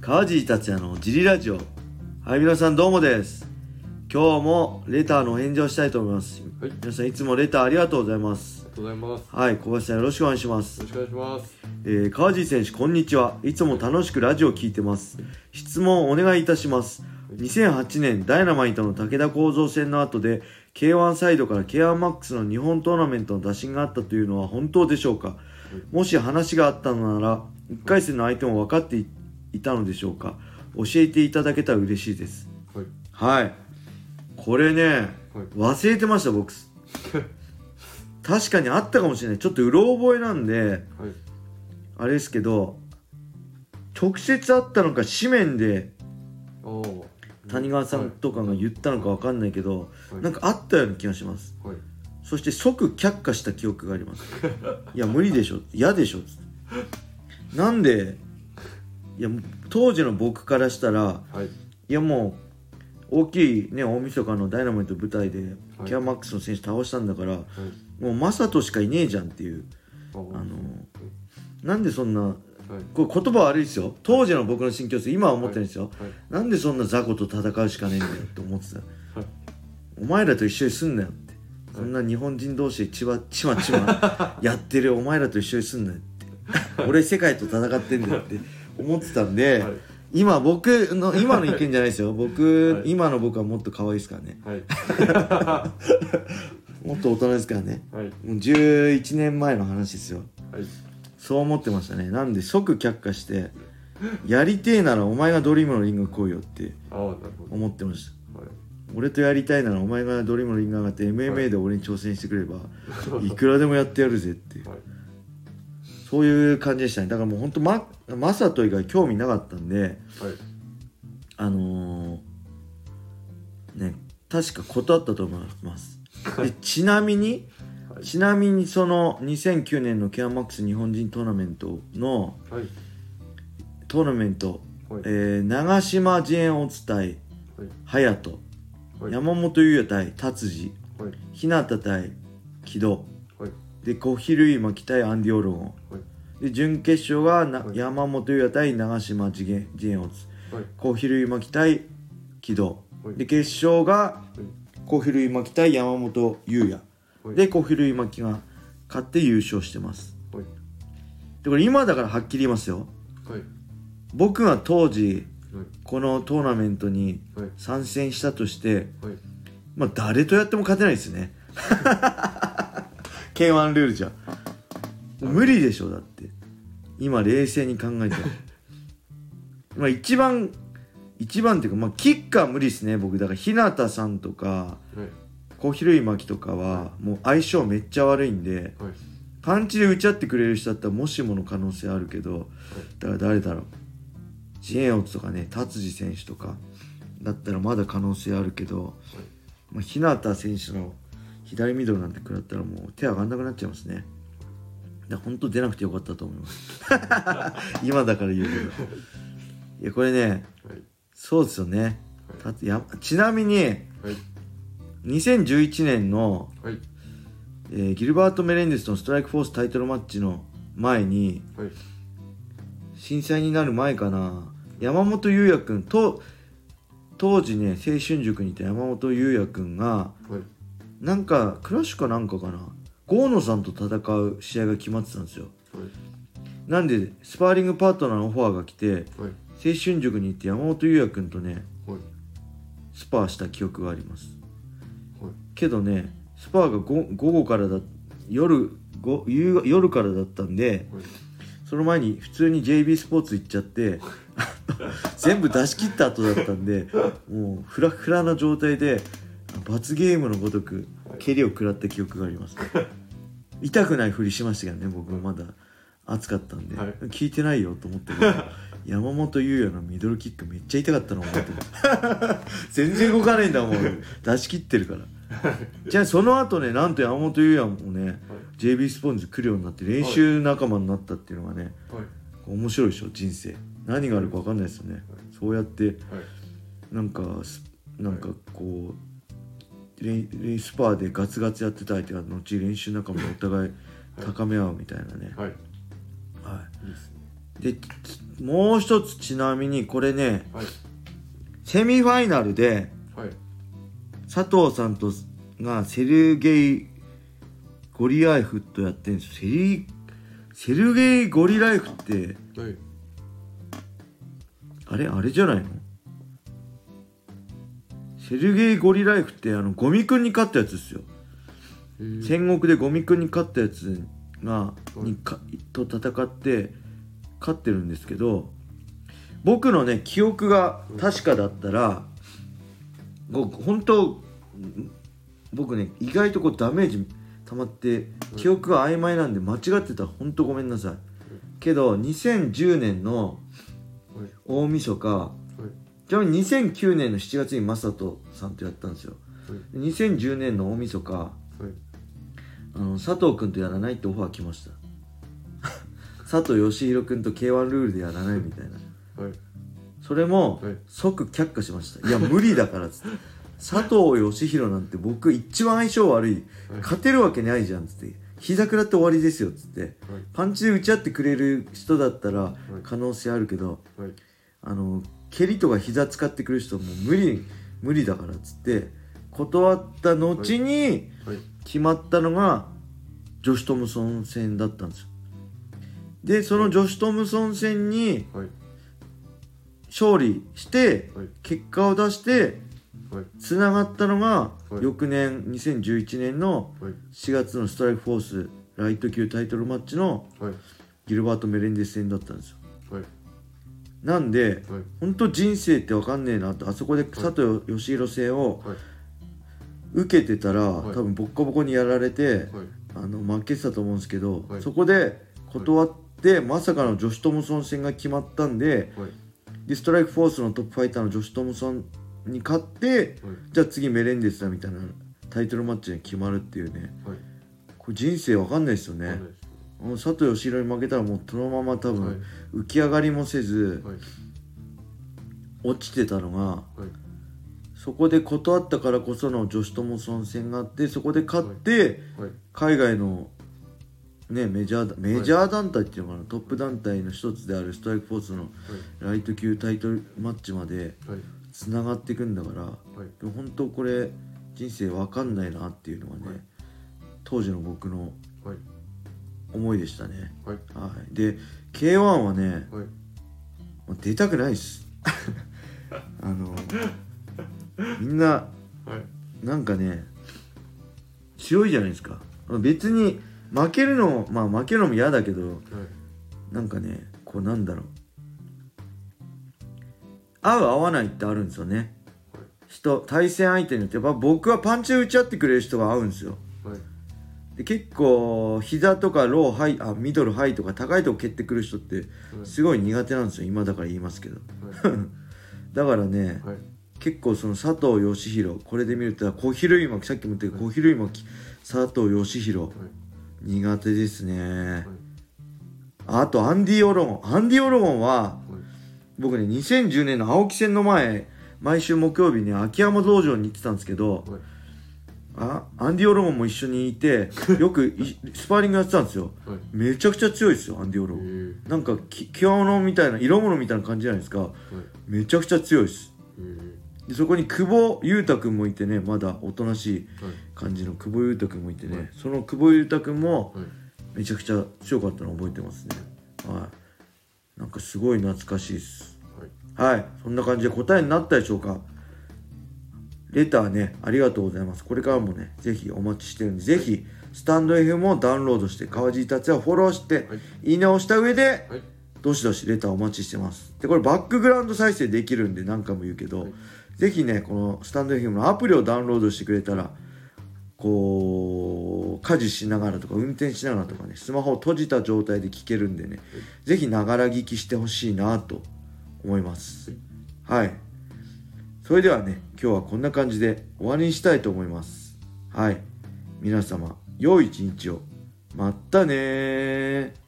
川尻達也のジリラジオ。はい、皆さんどうもです。今日もレターのお返事をしたいと思います。 はい、 皆さんいつもレターありがとうございます。 ありがとうございます。 はい、小林さんよろしくお願いします。 よろしくお願いします。 川尻選手こんにちは。いつも楽しくラジオを聞いてます。質問をお願いいたします。2008年ダイナマイトの武田構造戦の後で K1 サイドから K1MAX の日本トーナメントの打診があったというのは本当でしょうか。もし話があったのなら1回戦の相手も分かっていたのでしょうか。教えていただけたら嬉しいです。はい、これね、忘れてました僕確かにあったかもしれない。ちょっとうろ覚えなんで、あれですけど、直接会ったのか紙面で谷川さんとかが言ったのか分かんないけど、なんかあったような気がします。そして即却下した記憶があります。いや無理でしょ、嫌でしょ、なんで、いや当時の僕からしたら、いやもう大きいね、大晦日のダイナマイト舞台でK1MAXの選手倒したんだから、もう正人しかいねえじゃんっていう、なんでそんな、これ言葉悪いですよ、当時の僕の心境です。今は思ってるんですよ、なんでそんな雑魚と戦うしかねえんだよって思ってた、お前らと一緒にすんなよって、そんな日本人同士でちまちまやってるお前らと一緒にすんなよって俺世界と戦ってんだよって思ってたんで、今の意見じゃないですよ。今の僕はもっと可愛いですからね、もっと大人ですからね、もう11年前の話ですよ、そう思ってましたね。なんで即却下して、やりてえならお前がドリームのリング来いよって思ってました。俺とやりたいならお前がドリームのリング上がって MMA で俺に挑戦してくれば、いくらでもやってやるぜって、そういう感じでしたね。だからもうほんとマサト以外興味なかったんで、ね、確か断ったと思います。でちなみにその2009年のK1MAX日本人トーナメントの、長島ジェーンオツ対隼人、山本優也対達治、日向対木戸、で小比類巻対アンディオロゴン、で準決勝が山本優也対長島ジェーンオツ、小比類巻対木戸、で決勝が小比類巻対山本優也で小比類巻が勝って優勝してます。でこれ今だからはっきり言いますよ、僕が当時このトーナメントに参戦したとして、まあ誰とやっても勝てないですねK1 ルールじゃ無理でしょ。だって今冷静に考えてまあ一番っていうか、まあキッカー無理ですね僕。だから日向さんとか小比類巻とかはもう相性めっちゃ悪いんで、パンチで打ち合ってくれる人だったらもしもの可能性あるけど、だから誰だろう、ジェーンオツとかね、達治選手とかだったらまだ可能性あるけど、まあ、日向選手の左ミドルなんて食らったらもう手上がんなくなっちゃいますね。だから本当出なくてよかったと思います今だから言うけど、いやこれね、そうですよね、ちなみに、2011年の、ギルバート・メレンデスのストライクフォースタイトルマッチの前に、震災になる前かな、山本優也くんと当時ね青春塾にいた山本優也くんが、なんかクラッシュかなんかかな、郷野さんと戦う試合が決まってたんですよ、なんでスパーリングパートナーのオファーが来て、青春塾に行って山本優也くんとね、スパーした記憶があります。けどねスパーが午後から夜からだったんで、その前に普通に JB スポーツ行っちゃって全部出し切った後だったんで、もうフラフラな状態で罰ゲームのごとく蹴りを食らった記憶があります痛くないふりしましたけどね、僕もまだ熱かったんで、聞いてないよと思ってる山本優也のミドルキックめっちゃ痛かったの覚えてる全然動かないんだもん出し切ってるからじゃあその後ね、なんと山本優也もね、JB スポーツ来るようになって練習仲間になったっていうのがね、面白いでしょ人生。何があるか分かんないですよね、そうやって、なんかこうスパーでガツガツやってた相手が後練習仲間でお互い高め合うみたいなね、でもう一つちなみにこれね、 はい、 セミファイナルで、 はい、 佐藤さんとがセルゲイ・ゴリラエフとやってるんですよ。セルゲイ・ゴリラエフって、 はい、 あれじゃないの？セルゲイ・ゴリラエフってゴミくんに勝ったやつですよ。戦国でゴミくんに勝ったやつがと戦って勝ってるんですけど、僕のね記憶が確かだったら、本当僕ね意外とこうダメージ溜まって記憶が曖昧なんで、間違ってたら本当ごめんなさい。けど2010年の大晦日、ちなみに2009年の7月にマサトさんとやったんですよ。2010年の大晦日、佐藤くんとやらないってオファー来ました佐藤義弘くんと K1 ルールでやらないみたいな、それも即却下しました。いや無理だからっつって佐藤義弘なんて僕一番相性悪い、勝てるわけないじゃんっつって、膝食らって終わりですよっつって、パンチで打ち合ってくれる人だったら可能性あるけど、蹴りとか膝使ってくる人も無理だからっつって断った後に決まったのがジョシュ・トムソン戦だったんですよ。でそのジョシュ・トムソン戦に勝利して結果を出してつながったのが翌年2011年の4月のストライクフォースライト級タイトルマッチのギルバート・メレンデス戦だったんですよ。なんで本当人生って分かんねえなと、あそこで佐藤義弘戦を受けてたら多分ボッコボコにやられて負けてたと思うんですけど、そこで断ってまさかのジョシュ・トムソン戦が決まったんで、でストライクフォースのトップファイターのジョシュ・トムソンに勝って、じゃあ次メレンデスだみたいなタイトルマッチで決まるっていうね、これ人生わかんないですよね。佐藤義弘に負けたらもうそのまま多分浮き上がりもせず落ちてたのが、そこで断ったからこそのジョシュ・トムソン戦があって、そこで勝って海外のねメジャー団体っていうのかな、トップ団体の一つであるストライクフォースのライト級タイトルマッチまでつながっていくんだから、本当これ人生わかんないなっていうのがね、当時の僕の思いでしたね。で K1 はね、出たくないっすみんななんかね強いじゃないですか。別に負けるのも嫌だけど、なんかねこうなんだろう、合う合わないってあるんですよね。対戦相手によって僕はパンチで打ち合ってくれる人が合うんですよ。で結構膝とかローハイミドルハイとか高いとこ蹴ってくる人ってすごい苦手なんですよ。今だから言いますけどだからね、結構その佐藤義弘、これで見ると小比類巻、さっきも言った小比類巻佐藤義弘、苦手ですね。あとアンディ・オロゴンは僕ね2010年の青木戦の前毎週木曜日に秋山道場に行ってたんですけど、アンディ・オロゴンも一緒にいてよくスパーリングやってたんですよ。めちゃくちゃ強いですよアンディ・オロゴン。なんか極物みたいな色物みたいな感じじゃないですか。めちゃくちゃ強いです。でそこに久保裕太君もいてね、まだおとなしい感じの久保裕太君もいてね、その久保裕太君もめちゃくちゃ強かったの覚えてますね。なんかすごい懐かしいです。そんな感じで答えになったでしょうか。レターねありがとうございます。これからもねぜひお待ちしてるんで、ぜひスタンド FM をダウンロードして川尻達也をフォローして、いいねを押した上で、どしどしレターお待ちしてます。でこれバックグラウンド再生できるんで何回も言うけど、ぜひねこのスタンド FM のアプリをダウンロードしてくれたら、こう家事しながらとか運転しながらとかね、スマホを閉じた状態で聞けるんでね、ぜひながら聞きしてほしいなと思います。それではね今日はこんな感じで終わりにしたいと思います。皆様良い一日を。またねー。